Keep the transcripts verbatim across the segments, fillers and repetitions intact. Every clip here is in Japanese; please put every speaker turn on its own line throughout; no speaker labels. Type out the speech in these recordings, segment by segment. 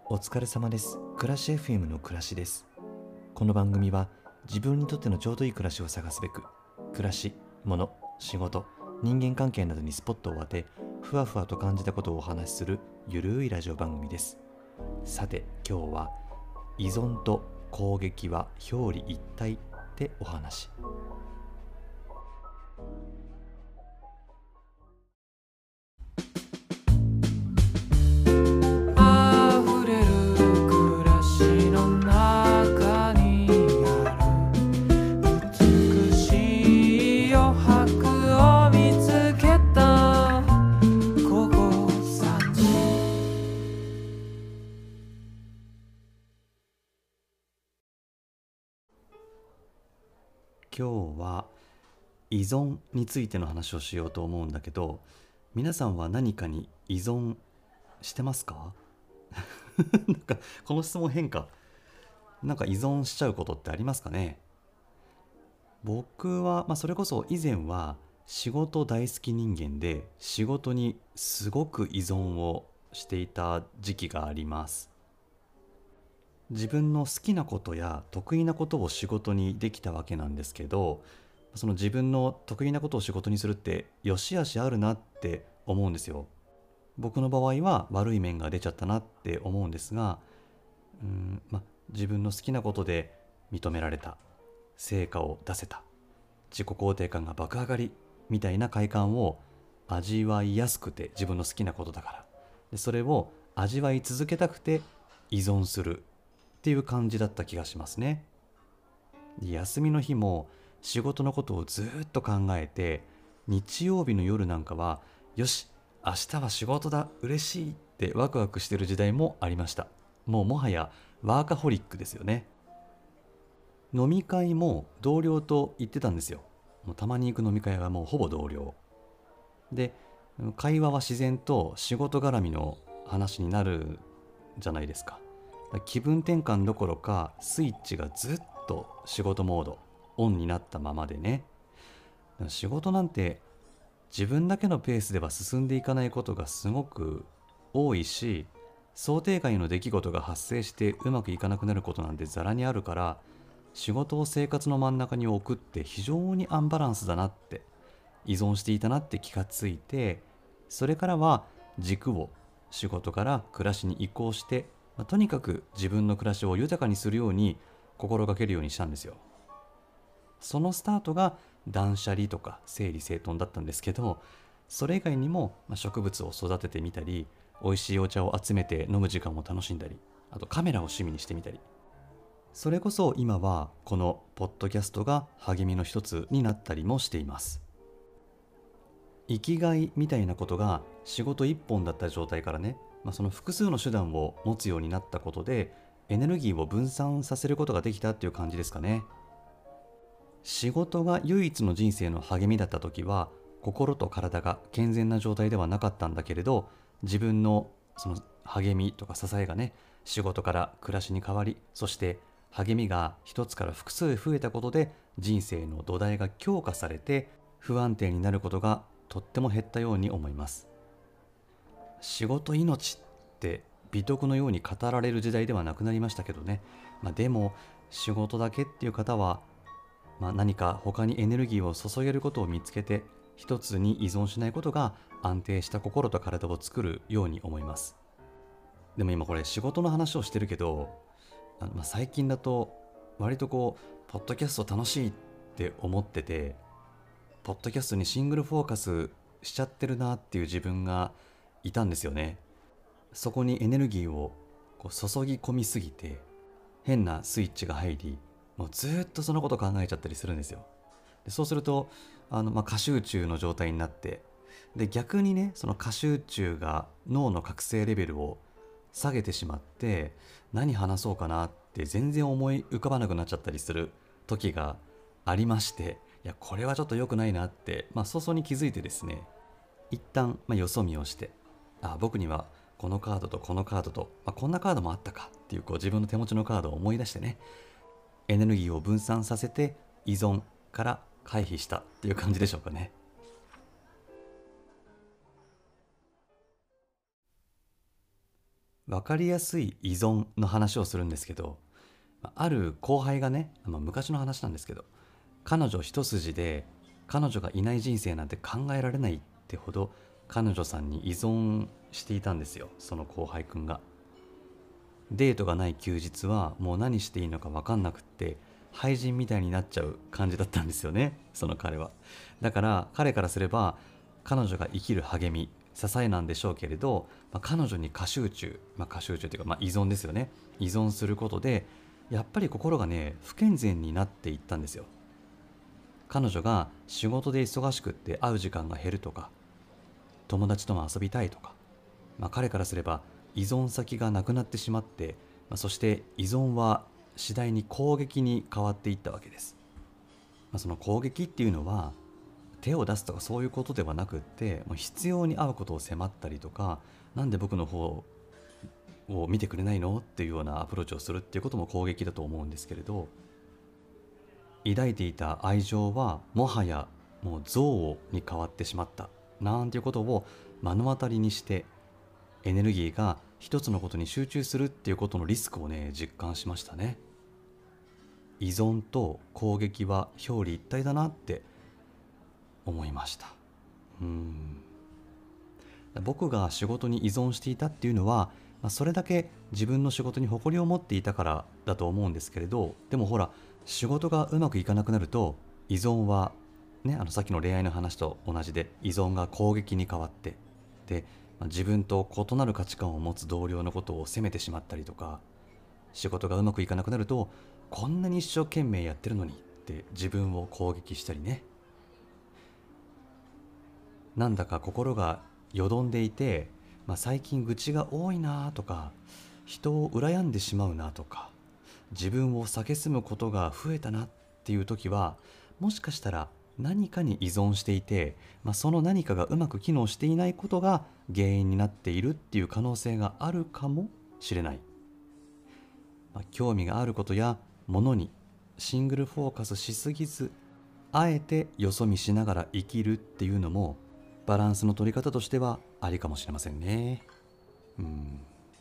お疲れ様です。暮らし エフエム の暮らしです。この番組は自分にとってのちょうどいい暮らしを探すべく、暮らし、物、仕事、人間関係などにスポットを当て、ふわふわと感じたことをお話しするゆるいラジオ番組です。さて今日は依存と攻撃は表裏一体ってお話。
溢れる暮らしの中にある美しい余白を見つけた午後さんじ。
今日は依存についての話をしようと思うんだけど、皆さんは何かに依存してますか？なんかこの質問変か。なんか依存しちゃうことってありますかね？僕は、まあ、それこそ以前は仕事大好き人間で仕事にすごく依存をしていた時期があります。自分の好きなことや得意なことを仕事にできたわけなんですけど、その自分の得意なことを仕事にするって良し悪しあるなって思うんですよ。僕の場合は悪い面が出ちゃったなって思うんですが、うーん、まあ、自分の好きなことで認められた、成果を出せた、自己肯定感が爆上がりみたいな快感を味わいやすくて、自分の好きなことだから、でそれを味わい続けたくて依存するっていう感じだった気がしますね。で休みの日も仕事のことをずーっと考えて、日曜日の夜なんかはよし明日は仕事だ嬉しいってワクワクしてる時代もありました。もうもはやワーカホリックですよね。飲み会も同僚と行ってたんですよ。もうたまに行く飲み会はもうほぼ同僚で、会話は自然と仕事絡みの話になるじゃないですか。気分転換どころかスイッチがずっと仕事モードオンになったままでね。仕事なんて自分だけのペースでは進んでいかないことがすごく多いし、想定外の出来事が発生してうまくいかなくなることなんてザラにあるから、仕事を生活の真ん中に置くって非常にアンバランスだなって、依存していたなって気がついて、それからは軸を仕事から暮らしに移行して、まあとにかく自分の暮らしを豊かにするように心がけるようにしたんですよ。そのスタートが断捨離とか整理整頓だったんですけど、それ以外にもまあ植物を育ててみたり、美味しいお茶を集めて飲む時間を楽しんだり、あとカメラを趣味にしてみたり、それこそ今はこのポッドキャストが励みの一つになったりもしています。生きがいみたいなことが仕事一本だった状態からね、まあ、その複数の手段を持つようになったことでエネルギーを分散させることができたっていう感じですかね。仕事が唯一の人生の励みだった時は心と体が健全な状態ではなかったんだけれど、自分のその励みとか支えがね、仕事から暮らしに変わり、そして励みが一つから複数増えたことで人生の土台が強化されて不安定になることがとっても減ったように思います。仕事命って美徳のように語られる時代ではなくなりましたけどね。まあ、でも仕事だけっていう方は、まあ、何か他にエネルギーを注げることを見つけて一つに依存しないことが安定した心と体を作るように思います。でも今これ仕事の話をしてるけど、あのまあ最近だと割とこうポッドキャスト楽しいって思ってて、ポッドキャストにシングルフォーカスしちゃってるなっていう自分がいたんですよね。そこにエネルギーをこう注ぎ込みすぎて変なスイッチが入り、もうずっとそのこと考えちゃったりするんですよ。でそうするとあの、まあ、過集中の状態になって、で逆にね、その過集中が脳の覚醒レベルを下げてしまって、何話そうかなって全然思い浮かばなくなっちゃったりする時がありまして、いやこれはちょっと良くないなって、まあ、早々に気づいてですね、一旦、まあ、よそ見をして、あ僕にはこのカードとこのカードと、まあ、こんなカードもあったかっていう、こう自分の手持ちのカードを思い出してね、エネルギーを分散させて依存から回避したっていう感じでしょうかね。 分かりやすい依存の話をするんですけど、ある後輩がね、まあ、昔の話なんですけど、彼女一筋で彼女がいない人生なんて考えられないってほど彼女さんに依存していたんですよ、その後輩くんが。デートがない休日はもう何していいのか分かんなくって、廃人みたいになっちゃう感じだったんですよね、その彼は。だから彼からすれば彼女が生きる励み支えなんでしょうけれど、まあ、彼女に過集中、まあ、過集中というか、まあ、依存ですよね。依存することでやっぱり心がね不健全になっていったんですよ。彼女が仕事で忙しくって会う時間が減るとか、友達とも遊びたいとか、まあ、彼からすれば依存先がなくなってしまって、まあ、そして依存は次第に攻撃に変わっていったわけです。まあ、その攻撃っていうのは手を出すとかそういうことではなくって、もう必要に合うことを迫ったりとか、なんで僕の方を見てくれないのっていうようなアプローチをするっていうことも攻撃だと思うんですけれど、抱いていた愛情はもはやもう憎悪に変わってしまったなんていうことを目の当たりにして、エネルギーが一つのことに集中するっていうことのリスクをね実感しましたね。依存と攻撃は表裏一体だなって思いました。うーん僕が仕事に依存していたっていうのは、まあ、それだけ自分の仕事に誇りを持っていたからだと思うんですけれど、でもほら、仕事がうまくいかなくなると依存はね、あのさっきの恋愛の話と同じで依存が攻撃に変わって、で、まあ、自分と異なる価値観を持つ同僚のことを責めてしまったりとか、仕事がうまくいかなくなるとこんなに一生懸命やってるのにって自分を攻撃したりね。なんだか心がよどんでいて、まあ、最近愚痴が多いなとか、人を羨んでしまうなとか、自分を蔑むことが増えたなっていう時は、もしかしたら何かに依存していて、まあ、その何かがうまく機能していないことが原因になっているっていう可能性があるかもしれない。まあ、興味があることやものにシングルフォーカスしすぎず、あえてよそ見しながら生きるっていうのもバランスの取り方としてはありかもしれませんね。うん。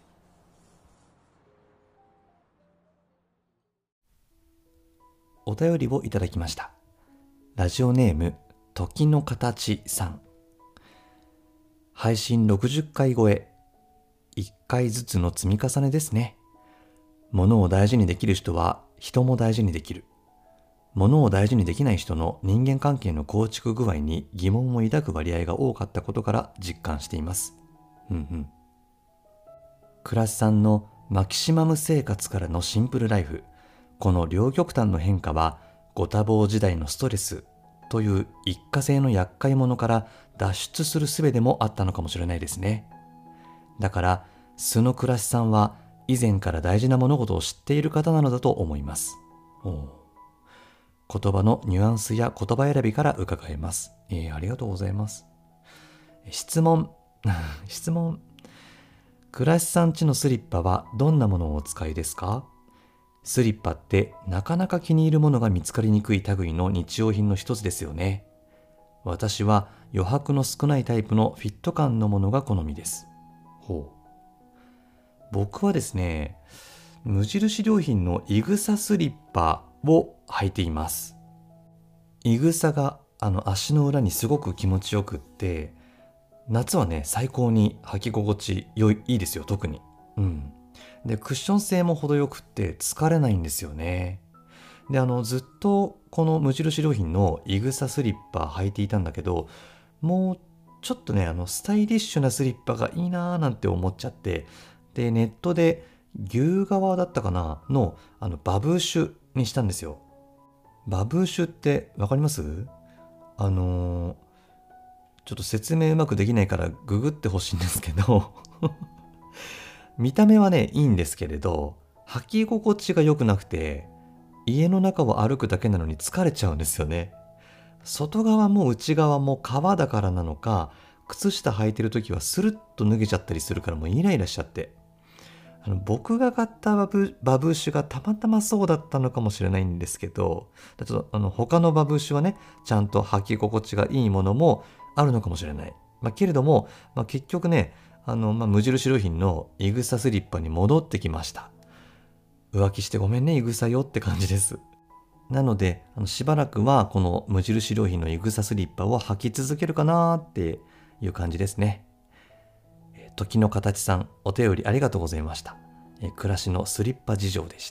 お便りをいただきました。ラジオネーム時の形さん。配信ろくじゅっかい超え、いっかいずつの積み重ねですね。物を大事にできる人は人も大事にできる。物を大事にできない人の人間関係の構築具合に疑問を抱く割合が多かったことから実感しています。うんうん。倉石さんのマキシマム生活からのシンプルライフ、この両極端の変化はご多忙時代のストレスという一過性の厄介者から脱出する術でもあったのかもしれないですね。だから素の倉石さんは以前から大事な物事を知っている方なのだと思います。おう。言葉のニュアンスや言葉選びから伺えます。えー、ありがとうございます。質問。質問。倉石さん家のスリッパはどんなものをお使いですか？スリッパってなかなか気に入るものが見つかりにくい類の日用品の一つですよね。私は余白の少ないタイプのフィット感のものが好みです。ほう。僕はですね、無印良品のイグサスリッパを履いています。イグサがあの足の裏にすごく気持ちよくって、夏はね最高に履き心地良い、いいですよ、特に。うん。でクッション性も程よくって疲れないんですよね。であのずっとこの無印良品のイグサスリッパ履いていたんだけど、もうちょっとねあのスタイリッシュなスリッパがいいなーなんて思っちゃって、でネットで牛革だったかなのあのバブーシュにしたんですよ。バブーシュってわかります？あのー、ちょっと説明うまくできないからググってほしいんですけど見た目はねいいんですけれど、履き心地が良くなくて、家の中を歩くだけなのに疲れちゃうんですよね。外側も内側も革だからなのか、靴下履いてるときはスルッと脱げちゃったりするからもうイライラしちゃって、あの僕が買ったバブ、バブーシュがたまたまそうだったのかもしれないんですけど、ちょっとあの他のバブーシュはねちゃんと履き心地がいいものもあるのかもしれない。まあ、けれども、まあ、結局ねあの、まあ、無印良品のイグサスリッパに戻ってきました。浮気してごめんねイグサよって感じです。なのであのしばらくはこの無印良品のイグサスリッパを履き続けるかなっていう感じですね。えー時の形さん、お便りありがとうございました。えー暮らしのスリッパ事情でした。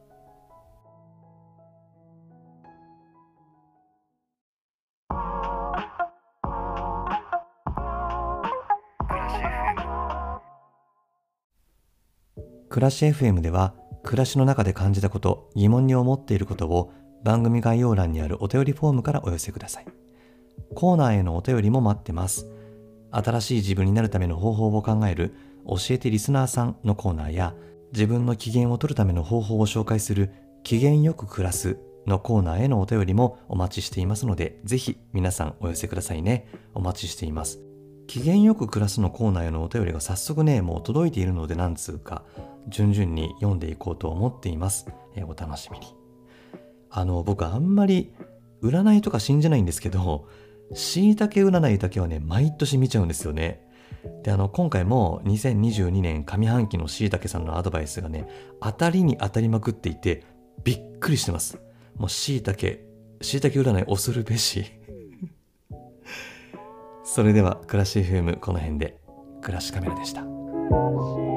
暮らし エフエム では暮らしの中で感じたこと、疑問に思っていることを番組概要欄にあるお便りフォームからお寄せください。コーナーへのお便りも待ってます。新しい自分になるための方法を考える教えてリスナーさんのコーナーや、自分の機嫌を取るための方法を紹介する機嫌よく暮らすのコーナーへのお便りもお待ちしていますので、ぜひ皆さんお寄せくださいね。お待ちしています。機嫌よく暮らすのコーナーへのお便りが早速ね、もう届いているので、なんつうか順々に読んでいこうと思っています。えーお楽しみに。あの僕あんまり占いとか信じないんですけど、しいたけ占いだけはね毎年見ちゃうんですよね。であの今回もにせんにじゅうにねん上半期のしいたけさんのアドバイスがね当たりに当たりまくっていてびっくりしてます。もうしいたけしいたけ占い恐るべし。それでは暮らし エフエム この辺で、暮らしカメラでした。